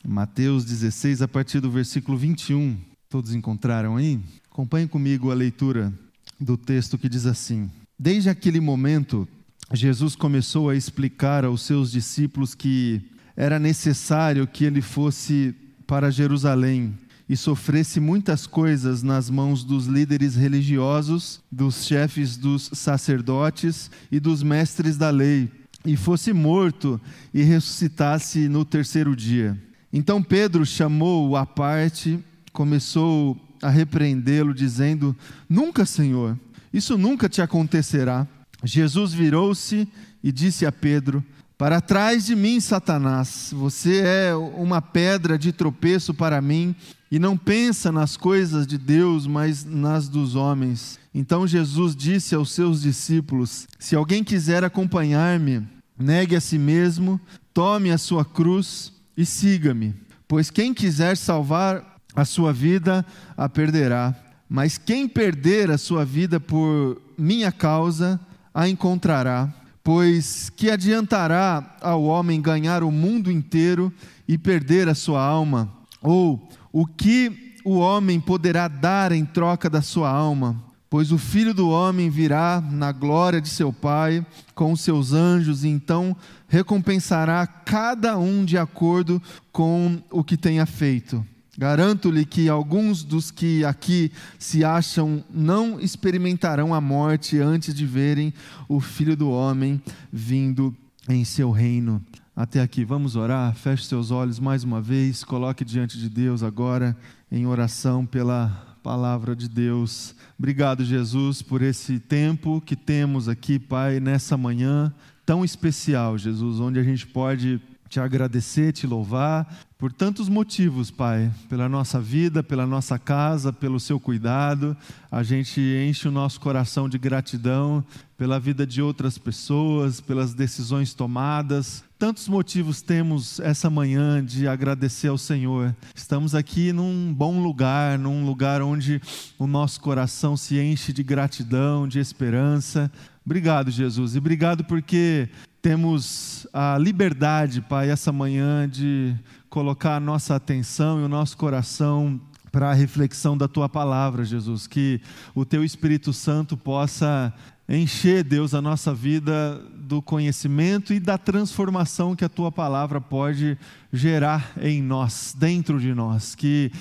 Mateus 16, a partir do versículo 21. Todos encontraram aí? Acompanhe comigo a leitura do texto que diz assim: Desde aquele momento, Jesus começou a explicar aos seus discípulos que era necessário que ele fosse para Jerusalém e sofresse muitas coisas nas mãos dos líderes religiosos, dos chefes dos sacerdotes e dos mestres da lei, e fosse morto e ressuscitasse no terceiro dia. Então Pedro chamou-o à parte, começou a repreendê-lo, dizendo: Nunca, Senhor, isso nunca te acontecerá. Jesus virou-se e disse a Pedro: Para trás de mim, Satanás, você é uma pedra de tropeço para mim e não pensa nas coisas de Deus, mas nas dos homens. Então Jesus disse aos seus discípulos: Se alguém quiser acompanhar-me, negue a si mesmo, tome a sua cruz e siga-me. Pois quem quiser salvar a sua vida, a perderá. Mas quem perder a sua vida por minha causa, a encontrará. Pois que adiantará ao homem ganhar o mundo inteiro e perder a sua alma? Ou o que o homem poderá dar em troca da sua alma? Pois o Filho do Homem virá na glória de seu Pai com os seus anjos, e então recompensará cada um de acordo com o que tenha feito. Garanto-lhe que alguns dos que aqui se acham não experimentarão a morte antes de verem o Filho do Homem vindo em seu reino. Até aqui, vamos orar? Feche seus olhos mais uma vez, coloque diante de Deus agora em oração pela palavra de Deus. Obrigado, Jesus, por esse tempo que temos aqui, Pai, nessa manhã tão especial, Jesus, onde a gente pode te agradecer, te louvar, por tantos motivos, Pai, pela nossa vida, pela nossa casa, pelo seu cuidado. A gente enche o nosso coração de gratidão pela vida de outras pessoas, pelas decisões tomadas. Tantos motivos temos essa manhã de agradecer ao Senhor. Estamos aqui num bom lugar, num lugar onde o nosso coração se enche de gratidão, de esperança. Obrigado, Jesus, e obrigado porque temos a liberdade, Pai, essa manhã de colocar a nossa atenção e o nosso coração para a reflexão da Tua palavra, Jesus. Que o Teu Espírito Santo possa encher, Deus, a nossa vida do conhecimento e da transformação que a Tua palavra pode gerar em nós, dentro de nós. Que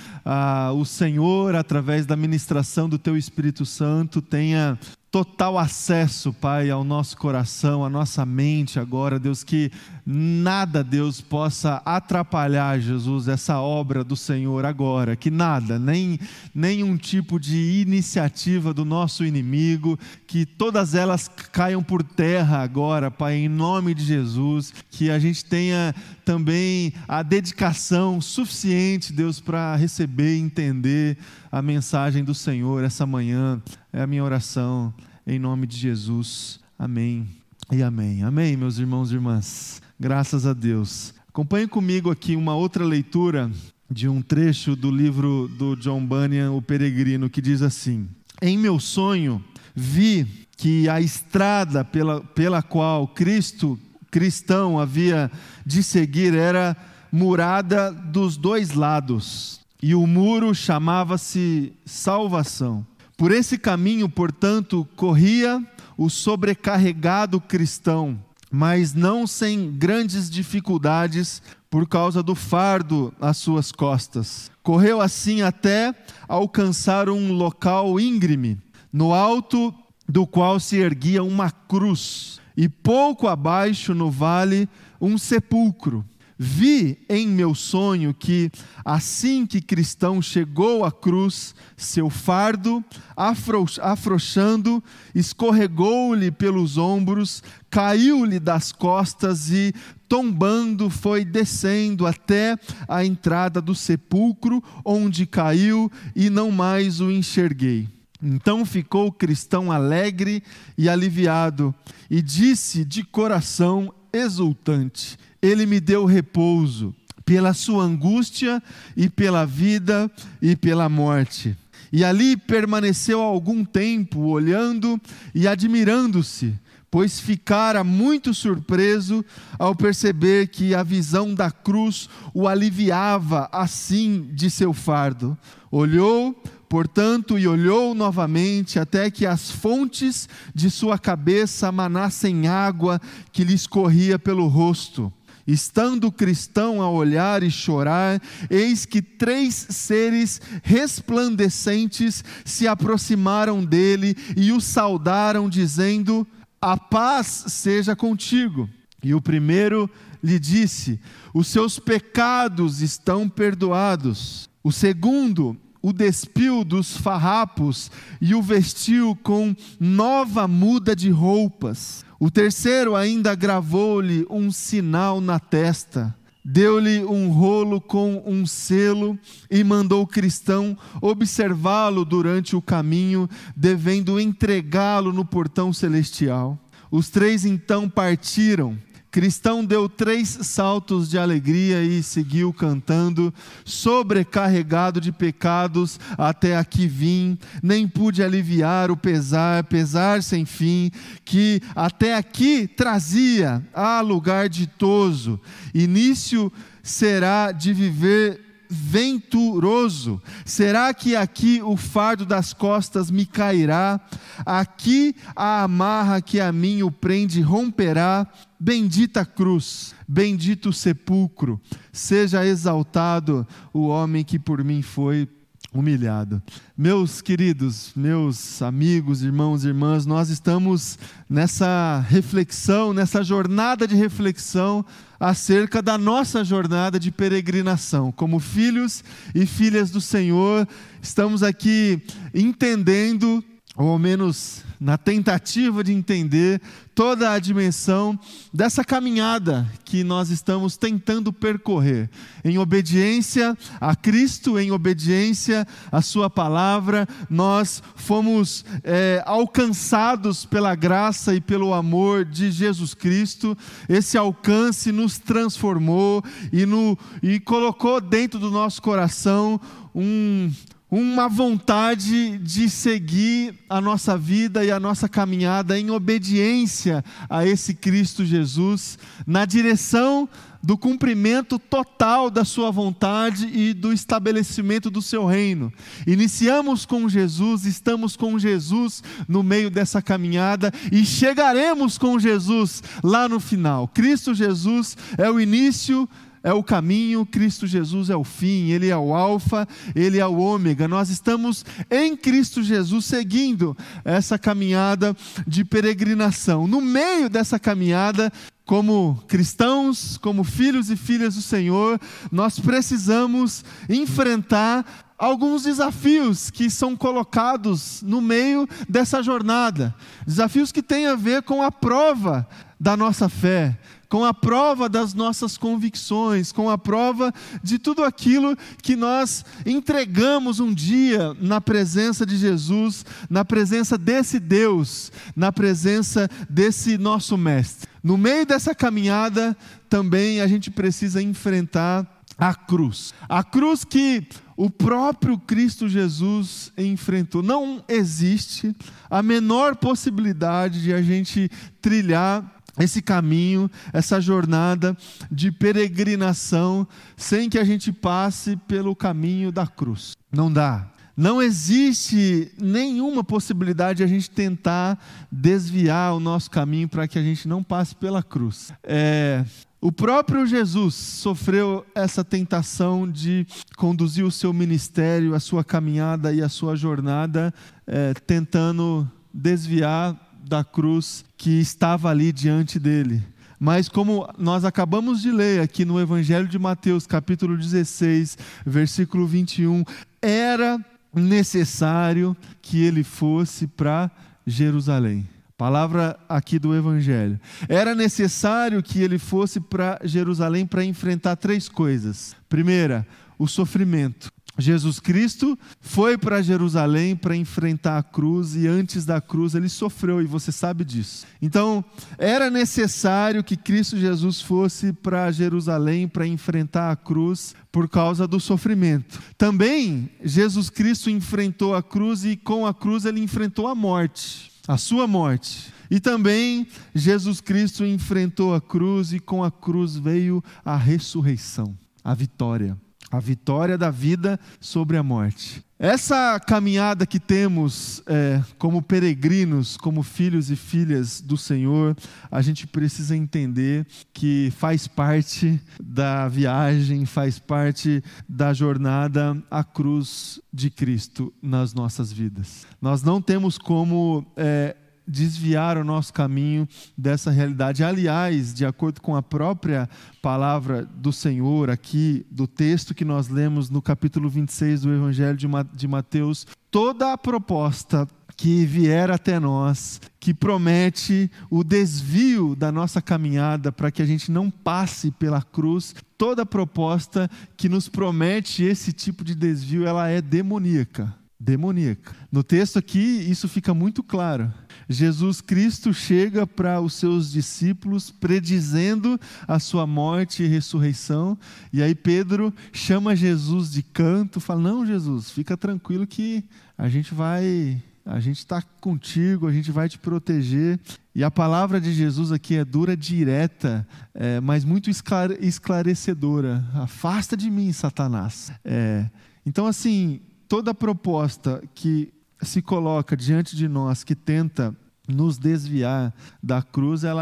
o Senhor, através da ministração do Teu Espírito Santo, tenha total acesso, Pai, ao nosso coração, à nossa mente agora, Deus, que nada, Deus, possa atrapalhar, Jesus, essa obra do Senhor agora, que nada, nenhum tipo de iniciativa do nosso inimigo, que todas elas caiam por terra agora, Pai, em nome de Jesus, que a gente tenha também a dedicação suficiente, Deus, para receber e entender a mensagem do Senhor essa manhã. É a minha oração, em nome de Jesus. Amém e amém. Amém, meus irmãos e irmãs. Graças a Deus. Acompanhe comigo aqui uma outra leitura de um trecho do livro do John Bunyan, O Peregrino, que diz assim: Em meu sonho, vi que a estrada pela qual cristão havia de seguir era murada dos dois lados, e o muro chamava-se salvação. Por esse caminho, portanto, corria o sobrecarregado cristão, mas não sem grandes dificuldades por causa do fardo às suas costas. Correu assim até alcançar um local íngreme, no alto do qual se erguia uma cruz, e pouco abaixo no vale um sepulcro. Vi em meu sonho que, assim que cristão chegou à cruz, seu fardo, afrouxando, escorregou-lhe pelos ombros, caiu-lhe das costas e, tombando, foi descendo até a entrada do sepulcro, onde caiu e não mais o enxerguei. Então ficou o cristão alegre e aliviado, e disse de coração exultante: Ele me deu repouso pela sua angústia e pela vida e pela morte. E ali permaneceu algum tempo olhando e admirando-se, pois ficara muito surpreso ao perceber que a visão da cruz o aliviava assim de seu fardo. Olhou, portanto, e olhou novamente, até que as fontes de sua cabeça manassem água que lhe escorria pelo rosto. Estando o cristão a olhar e chorar, eis que 3 seres resplandecentes se aproximaram dele e o saudaram, dizendo: a paz seja contigo. E o primeiro lhe disse: os seus pecados estão perdoados. O segundo o despiu dos farrapos e o vestiu com nova muda de roupas. O terceiro ainda gravou-lhe um sinal na testa, deu-lhe um rolo com um selo e mandou o cristão observá-lo durante o caminho, devendo entregá-lo no portão celestial. Os 3 então partiram. Cristão deu 3 saltos de alegria e seguiu cantando: sobrecarregado de pecados, até aqui vim, nem pude aliviar o pesar sem fim, que até aqui trazia a lugar ditoso. Início será de viver venturoso. Será que aqui o fardo das costas me cairá? Aqui a amarra que a mim o prende romperá. Bendita cruz, bendito sepulcro, seja exaltado o homem que por mim foi humilhado. Meus queridos, meus amigos, irmãos e irmãs, nós estamos nessa reflexão, nessa jornada de reflexão acerca da nossa jornada de peregrinação. Como filhos e filhas do Senhor, estamos aqui entendendo, ou ao menos na tentativa de entender, toda a dimensão dessa caminhada que nós estamos tentando percorrer, em obediência a Cristo, em obediência à sua palavra. Nós fomos alcançados pela graça e pelo amor de Jesus Cristo. Esse alcance nos transformou e colocou dentro do nosso coração uma vontade de seguir a nossa vida e a nossa caminhada em obediência a esse Cristo Jesus, na direção do cumprimento total da sua vontade e do estabelecimento do seu reino. Iniciamos com Jesus, estamos com Jesus no meio dessa caminhada e chegaremos com Jesus lá no final. Cristo Jesus é o início, é o caminho, Cristo Jesus é o fim, Ele é o alfa, Ele é o ômega. Nós estamos em Cristo Jesus seguindo essa caminhada de peregrinação. No meio dessa caminhada, como cristãos, como filhos e filhas do Senhor, nós precisamos enfrentar alguns desafios que são colocados no meio dessa jornada. Desafios que têm a ver com a prova da nossa fé, com a prova das nossas convicções, com a prova de tudo aquilo que nós entregamos um dia na presença de Jesus, na presença desse Deus, na presença desse nosso Mestre. No meio dessa caminhada, também a gente precisa enfrentar a cruz. A cruz que o próprio Cristo Jesus enfrentou. Não existe a menor possibilidade de a gente trilhar esse caminho, essa jornada de peregrinação, sem que a gente passe pelo caminho da cruz. Não dá. Não existe nenhuma possibilidade de a gente tentar desviar o nosso caminho para que a gente não passe pela cruz. O próprio Jesus sofreu essa tentação de conduzir o seu ministério, a sua caminhada e a sua jornada, tentando desviar da cruz que estava ali diante dele. Mas como nós acabamos de ler aqui no Evangelho de Mateus, capítulo 16, versículo 21, era necessário que ele fosse para Jerusalém. Palavra aqui do Evangelho. Era necessário que ele fosse para Jerusalém para enfrentar 3 coisas. Primeira, o sofrimento. Jesus Cristo foi para Jerusalém para enfrentar a cruz e antes da cruz ele sofreu e você sabe disso. Então, era necessário que Cristo Jesus fosse para Jerusalém para enfrentar a cruz por causa do sofrimento. Também, Jesus Cristo enfrentou a cruz e com a cruz ele enfrentou a morte. a sua morte. E também Jesus Cristo enfrentou a cruz e com a cruz veio a ressurreição, a vitória da vida sobre a morte. Essa caminhada que temos como peregrinos, como filhos e filhas do Senhor, a gente precisa entender que faz parte da viagem, faz parte da jornada à cruz de Cristo nas nossas vidas. Nós não temos como desviar o nosso caminho dessa realidade. Aliás, de acordo com a própria palavra do Senhor aqui, do texto que nós lemos no capítulo 26 do Evangelho de Mateus, toda a proposta que vier até nós, que promete o desvio da nossa caminhada para que a gente não passe pela cruz, toda a proposta que nos promete esse tipo de desvio, ela é demoníaca. No texto aqui, isso fica muito claro. Jesus Cristo chega para os seus discípulos predizendo a sua morte e ressurreição, e aí Pedro chama Jesus de canto, fala: não, Jesus, fica tranquilo que a gente está contigo, a gente vai te proteger. E a palavra de Jesus aqui é dura, direta, mas muito esclarecedora. Afasta de mim, Satanás. Então, assim, toda proposta que se coloca diante de nós, que tenta nos desviar da cruz, ela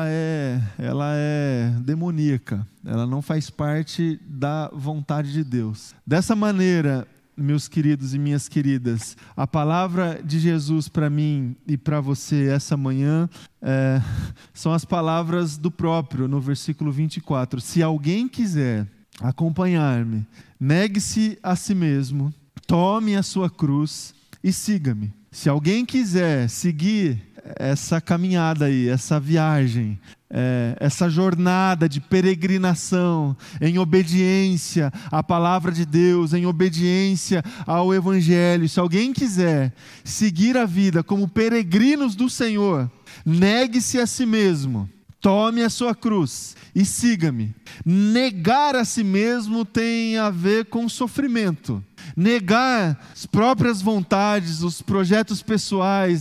é demoníaca. Ela não faz parte da vontade de Deus. Dessa maneira, meus queridos e minhas queridas, a palavra de Jesus para mim e para você essa manhã são as palavras do próprio, no versículo 24. Se alguém quiser acompanhar-me, negue-se a si mesmo, tome a sua cruz e siga-me. Se alguém quiser seguir essa caminhada aí, essa viagem, essa jornada de peregrinação em obediência à palavra de Deus, em obediência ao Evangelho, se alguém quiser seguir a vida como peregrinos do Senhor, negue-se a si mesmo, tome a sua cruz e siga-me. Negar a si mesmo tem a ver com sofrimento. Negar as próprias vontades, os projetos pessoais,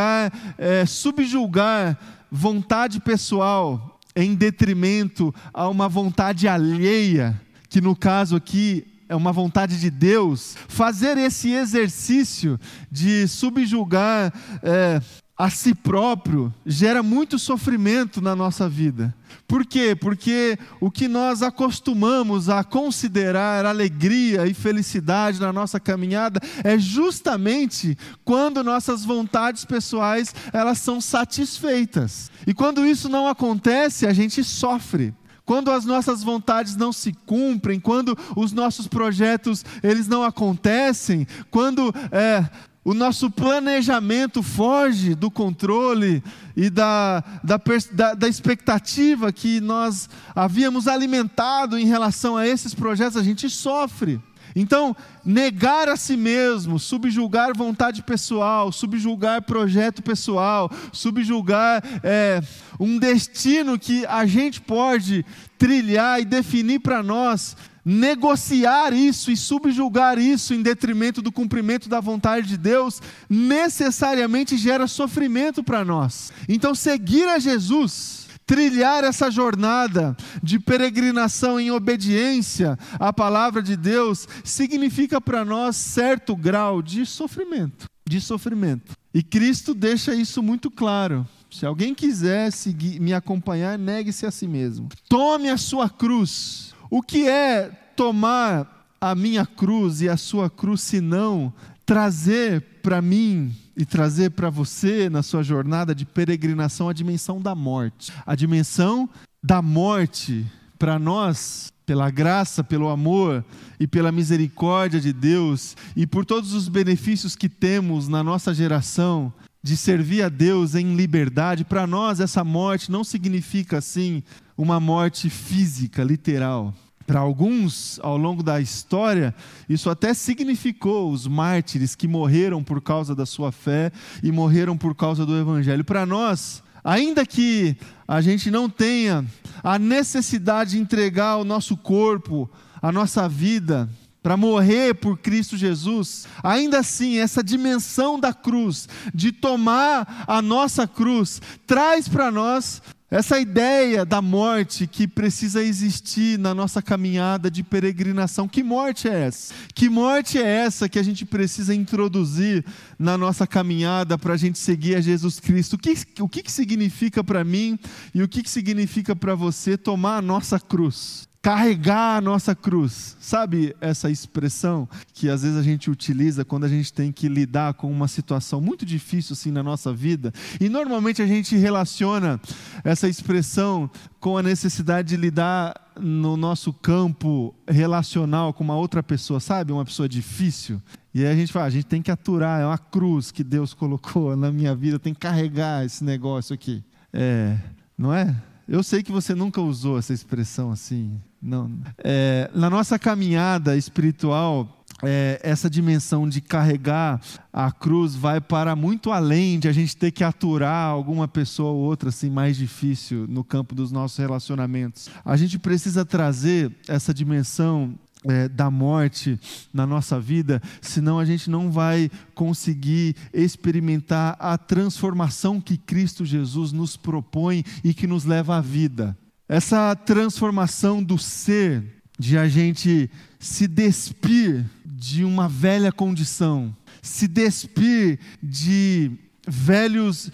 subjugar vontade pessoal em detrimento a uma vontade alheia, que no caso aqui é uma vontade de Deus. Fazer esse exercício de subjugar a si próprio gera muito sofrimento na nossa vida. Por quê? Porque o que nós acostumamos a considerar alegria e felicidade na nossa caminhada é justamente quando nossas vontades pessoais elas são satisfeitas. E quando isso não acontece, a gente sofre. Quando as nossas vontades não se cumprem, quando os nossos projetos eles não acontecem, quando o nosso planejamento foge do controle e da expectativa que nós havíamos alimentado em relação a esses projetos, a gente sofre. Então, negar a si mesmo, subjugar vontade pessoal, subjugar projeto pessoal, subjugar um destino que a gente pode trilhar e definir para nós, negociar isso e subjugar isso em detrimento do cumprimento da vontade de Deus, necessariamente gera sofrimento para nós. Então, seguir a Jesus, trilhar essa jornada de peregrinação em obediência à palavra de Deus, significa para nós certo grau de sofrimento. E Cristo deixa isso muito claro. Se alguém quiser me acompanhar, negue-se a si mesmo. Tome a sua cruz. O que é tomar a minha cruz e a sua cruz, senão trazer para mim e trazer para você, na sua jornada de peregrinação, a dimensão da morte. A dimensão da morte para nós, pela graça, pelo amor e pela misericórdia de Deus e por todos os benefícios que temos na nossa geração de servir a Deus em liberdade. Para nós essa morte não significa assim uma morte física, literal. Para alguns, ao longo da história, isso até significou os mártires que morreram por causa da sua fé e morreram por causa do Evangelho. Para nós, ainda que a gente não tenha a necessidade de entregar o nosso corpo, a nossa vida para morrer por Cristo Jesus, ainda assim, essa dimensão da cruz, de tomar a nossa cruz, traz para nós essa ideia da morte que precisa existir na nossa caminhada de peregrinação. Que morte é essa? Que morte é essa que a gente precisa introduzir na nossa caminhada para a gente seguir a Jesus Cristo? O que significa para mim e o que significa para você tomar a nossa cruz? Carregar a nossa cruz. Sabe essa expressão que às vezes a gente utiliza quando a gente tem que lidar com uma situação muito difícil assim na nossa vida? E normalmente a gente relaciona essa expressão com a necessidade de lidar no nosso campo relacional com uma outra pessoa, sabe? Uma pessoa difícil. E aí a gente fala, a gente tem que aturar, é uma cruz que Deus colocou na minha vida, eu tenho que carregar esse negócio aqui. Não é? Eu sei que você nunca usou essa expressão assim. Não. Na nossa caminhada espiritual, essa dimensão de carregar a cruz vai para muito além de a gente ter que aturar alguma pessoa ou outra assim, mais difícil no campo dos nossos relacionamentos. A gente precisa trazer essa dimensão da morte na nossa vida, senão a gente não vai conseguir experimentar a transformação que Cristo Jesus nos propõe e que nos leva à vida. Essa transformação do ser, de a gente se despir de uma velha condição, se despir de velhas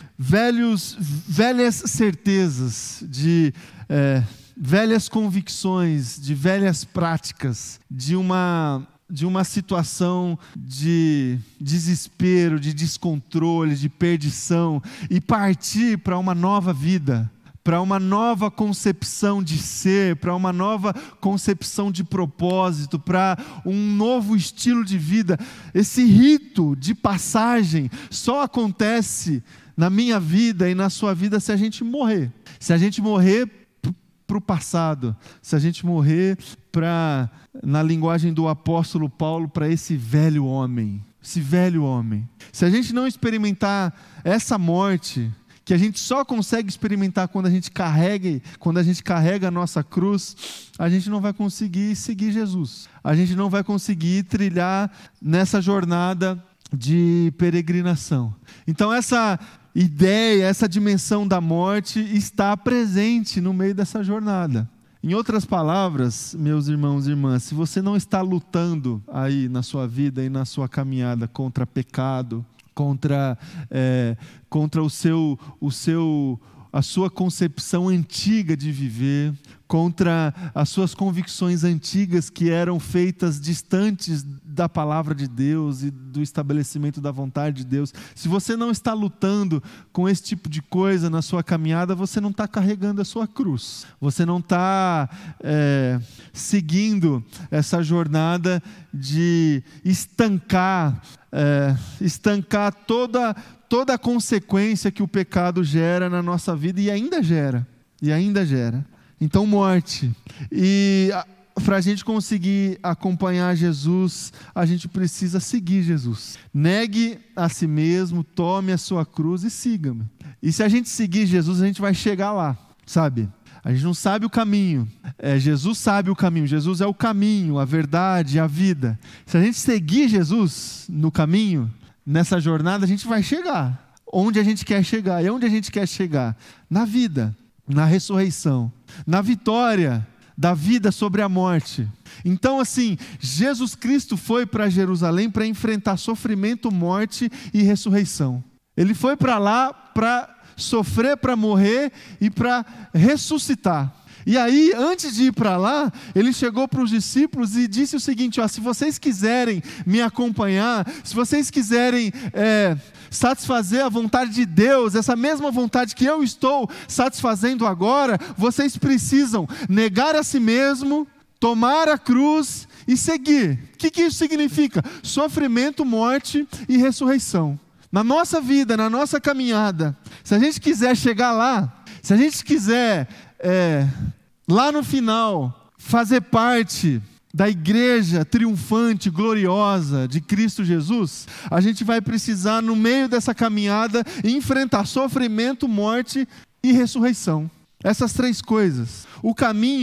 certezas, de velhas convicções, de velhas práticas, de uma situação de desespero, de descontrole, de perdição, e partir para uma nova vida, para uma nova concepção de ser, para uma nova concepção de propósito, para um novo estilo de vida. Esse rito de passagem só acontece na minha vida e na sua vida se a gente morrer. Se a gente morrer para o passado, se a gente morrer na linguagem do apóstolo Paulo, para esse velho homem. Se a gente não experimentar essa morte, que a gente só consegue experimentar quando a gente carrega a nossa cruz, a gente não vai conseguir seguir Jesus. A gente não vai conseguir trilhar nessa jornada de peregrinação. Então essa ideia, essa dimensão da morte está presente no meio dessa jornada. Em outras palavras, meus irmãos e irmãs, se você não está lutando aí na sua vida e na sua caminhada contra pecado, contra a sua concepção antiga de viver, contra as suas convicções antigas que eram feitas distantes da palavra de Deus e do estabelecimento da vontade de Deus. Se você não está lutando com esse tipo de coisa na sua caminhada, você não está carregando a sua cruz. Você não está seguindo essa jornada de estancar toda a consequência que o pecado gera na nossa vida, e ainda gera. Então, morte. E para a gente conseguir acompanhar Jesus, a gente precisa seguir Jesus. Negue a si mesmo, tome a sua cruz e siga-me. E se a gente seguir Jesus, a gente vai chegar lá, sabe? A gente não sabe o caminho, Jesus sabe o caminho. Jesus é o caminho, a verdade, a vida. Se a gente seguir Jesus no caminho, nessa jornada, a gente vai chegar onde a gente quer chegar. E onde a gente quer chegar? Na vida, na ressurreição, na vitória da vida sobre a morte. Então assim, Jesus Cristo foi para Jerusalém para enfrentar sofrimento, morte e ressurreição. Ele foi para lá para sofrer, para morrer e para ressuscitar. E aí, antes de ir para lá, ele chegou para os discípulos e disse o seguinte: se vocês quiserem me acompanhar, se vocês quiserem satisfazer a vontade de Deus, essa mesma vontade que eu estou satisfazendo agora, vocês precisam negar a si mesmo, tomar a cruz e seguir. O que isso significa? Sofrimento, morte e ressurreição. Na nossa vida, na nossa caminhada, se a gente quiser chegar lá, se a gente quiser lá no final fazer parte da igreja triunfante, gloriosa de Cristo Jesus, a gente vai precisar, no meio dessa caminhada, enfrentar sofrimento, morte e ressurreição. Essas três coisas. O caminho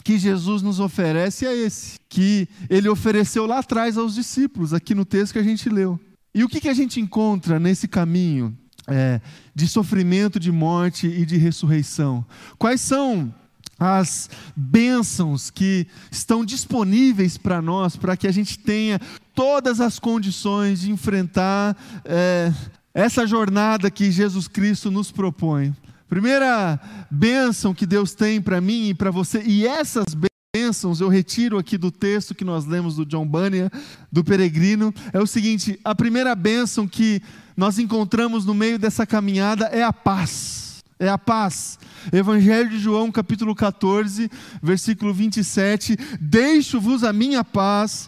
que Jesus nos oferece é esse, que ele ofereceu lá atrás aos discípulos, aqui no texto que a gente leu. E o que a gente encontra nesse caminho de sofrimento, de morte e de ressurreição? Quais são as bênçãos que estão disponíveis para nós, para que a gente tenha todas as condições de enfrentar essa jornada que Jesus Cristo nos propõe? Primeira bênção que Deus tem para mim e para você, e essas bênçãos eu retiro aqui do texto que nós lemos do John Bunyan, do Peregrino, é o seguinte: a primeira bênção que nós encontramos no meio dessa caminhada é a paz. É a paz. Evangelho de João, capítulo 14, versículo 27. Deixo-vos a minha paz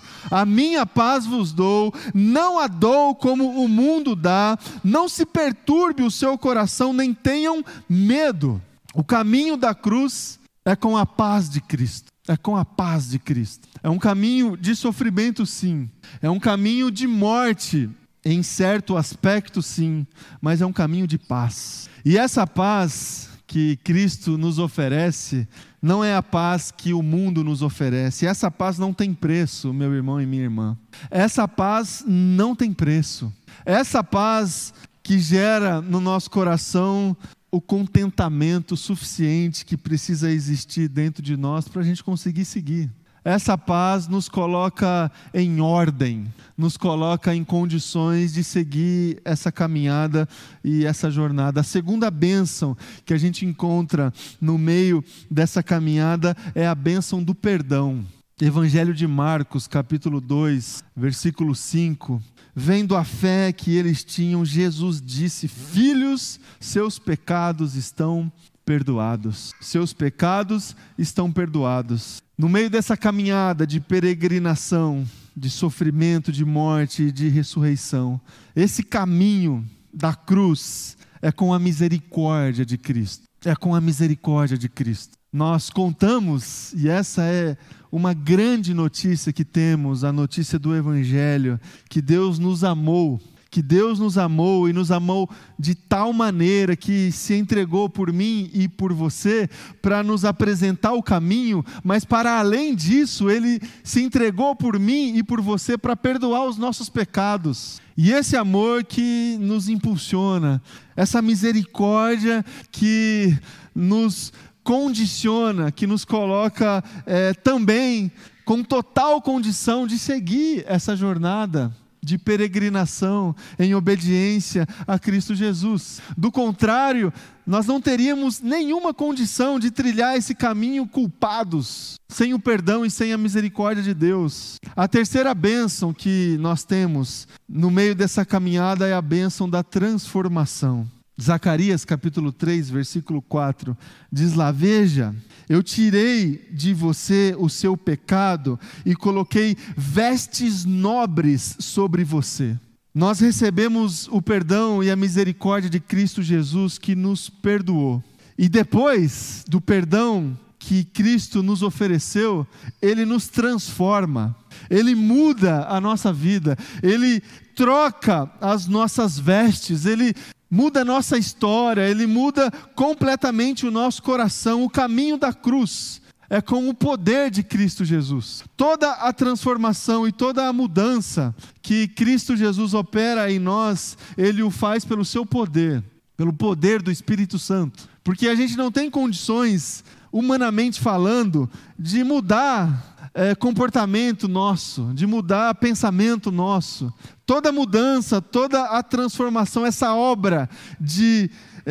vos dou, não a dou como o mundo dá, não se perturbe o seu coração, nem tenham medo. O caminho da cruz é com a paz de Cristo. É com a paz de Cristo. É um caminho de sofrimento, sim. É um caminho de morte, em certo aspecto, sim. Mas é um caminho de paz. E essa paz que Cristo nos oferece não é a paz que o mundo nos oferece. Essa paz não tem preço, meu irmão e minha irmã. Essa paz não tem preço. Essa paz que gera no nosso coração o contentamento suficiente que precisa existir dentro de nós para a gente conseguir seguir. Essa paz nos coloca em ordem, nos coloca em condições de seguir essa caminhada e essa jornada. A segunda bênção que a gente encontra no meio dessa caminhada é a bênção do perdão. Evangelho de Marcos, capítulo 2, versículo 5. Vendo a fé que eles tinham, Jesus disse: filhos, seus pecados estão perdoados. Seus pecados estão perdoados. No meio dessa caminhada de peregrinação, de sofrimento, de morte e de ressurreição, esse caminho da cruz é com a misericórdia de Cristo. É com a misericórdia de Cristo. Nós contamos, e essa é uma grande notícia que temos, a notícia do Evangelho, que Deus nos amou. Que Deus nos amou e nos amou de tal maneira que se entregou por mim e por você para nos apresentar o caminho, mas para além disso, Ele se entregou por mim e por você para perdoar os nossos pecados. E esse amor que nos impulsiona, essa misericórdia que nos condiciona, que nos coloca também com total condição de seguir essa jornada de peregrinação em obediência a Cristo Jesus. Do contrário, nós não teríamos nenhuma condição de trilhar esse caminho culpados, sem o perdão e sem a misericórdia de Deus. A terceira bênção que nós temos no meio dessa caminhada é a bênção da transformação. Zacarias capítulo 3, versículo 4, diz lá: veja, eu tirei de você o seu pecado e coloquei vestes nobres sobre você. Nós recebemos o perdão e a misericórdia de Cristo Jesus, que nos perdoou. E depois do perdão que Cristo nos ofereceu, Ele nos transforma, Ele muda a nossa vida, Ele troca as nossas vestes, Ele muda a nossa história, Ele muda completamente o nosso coração. O caminho da cruz é com o poder de Cristo Jesus. Toda a transformação e toda a mudança que Cristo Jesus opera em nós, Ele o faz pelo seu poder, pelo poder do Espírito Santo. Porque a gente não tem condições, humanamente falando, de mudar comportamento nosso, de mudar pensamento nosso. Toda mudança, toda a transformação, essa obra de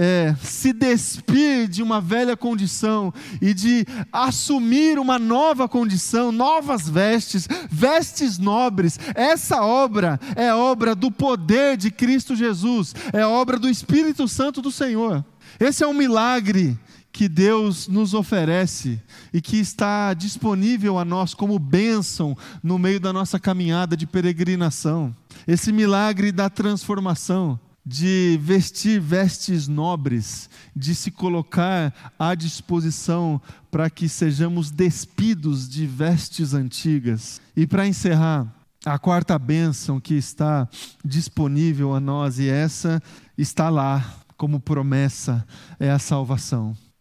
se despir de uma velha condição e de assumir uma nova condição, novas vestes, vestes nobres, essa obra é obra do poder de Cristo Jesus, é obra do Espírito Santo do Senhor. Esse é um milagre que Deus nos oferece e que está disponível a nós como bênção no meio da nossa caminhada de peregrinação. Esse milagre da transformação, de vestir vestes nobres, de se colocar à disposição para que sejamos despidos de vestes antigas. E para encerrar, a quarta bênção que está disponível a nós, e essa está lá como promessa, é a salvação.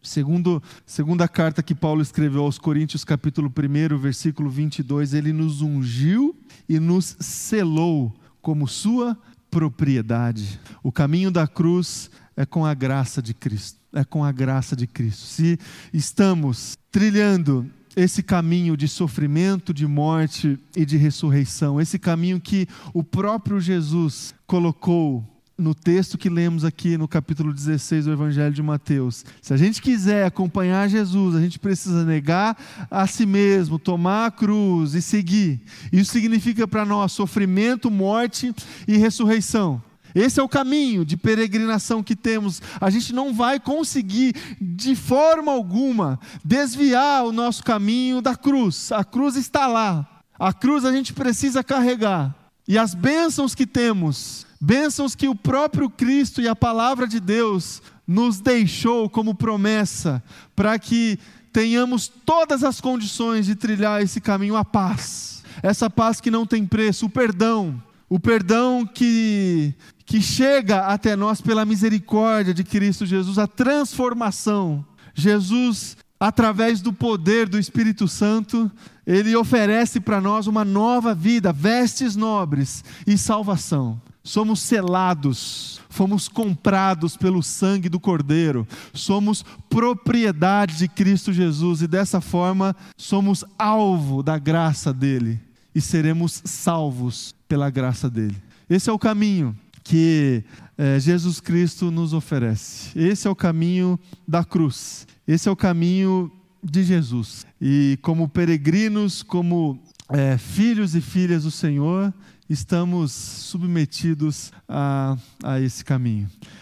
Segunda carta que Paulo escreveu aos Coríntios, capítulo 1, versículo 22, ele nos ungiu e nos selou como sua propriedade. O caminho da cruz é com a graça de Cristo. É com a graça de Cristo. Se estamos trilhando esse caminho de sofrimento, de morte e de ressurreição, esse caminho que o próprio Jesus colocou no texto que lemos aqui no capítulo 16 do Evangelho de Mateus. Se a gente quiser acompanhar Jesus, a gente precisa negar a si mesmo, tomar a cruz e seguir. Isso significa para nós sofrimento, morte e ressurreição. Esse é o caminho de peregrinação que temos. A gente não vai conseguir, de forma alguma, desviar o nosso caminho da cruz. A cruz está lá. A cruz a gente precisa carregar. E as bênçãos que temos, bênçãos que o próprio Cristo e a palavra de Deus nos deixou como promessa, para que tenhamos todas as condições de trilhar esse caminho, a paz. Essa paz que não tem preço, o perdão que chega até nós pela misericórdia de Cristo Jesus, a transformação. Jesus, através do poder do Espírito Santo, Ele oferece para nós uma nova vida, vestes nobres e salvação. Somos selados, fomos comprados pelo sangue do Cordeiro, somos propriedade de Cristo Jesus e dessa forma somos alvo da graça dEle e seremos salvos pela graça dEle. Esse é o caminho que Jesus Cristo nos oferece. Esse é o caminho da cruz. Esse é o caminho de Jesus. E como peregrinos, como filhos e filhas do Senhor, estamos submetidos a esse caminho.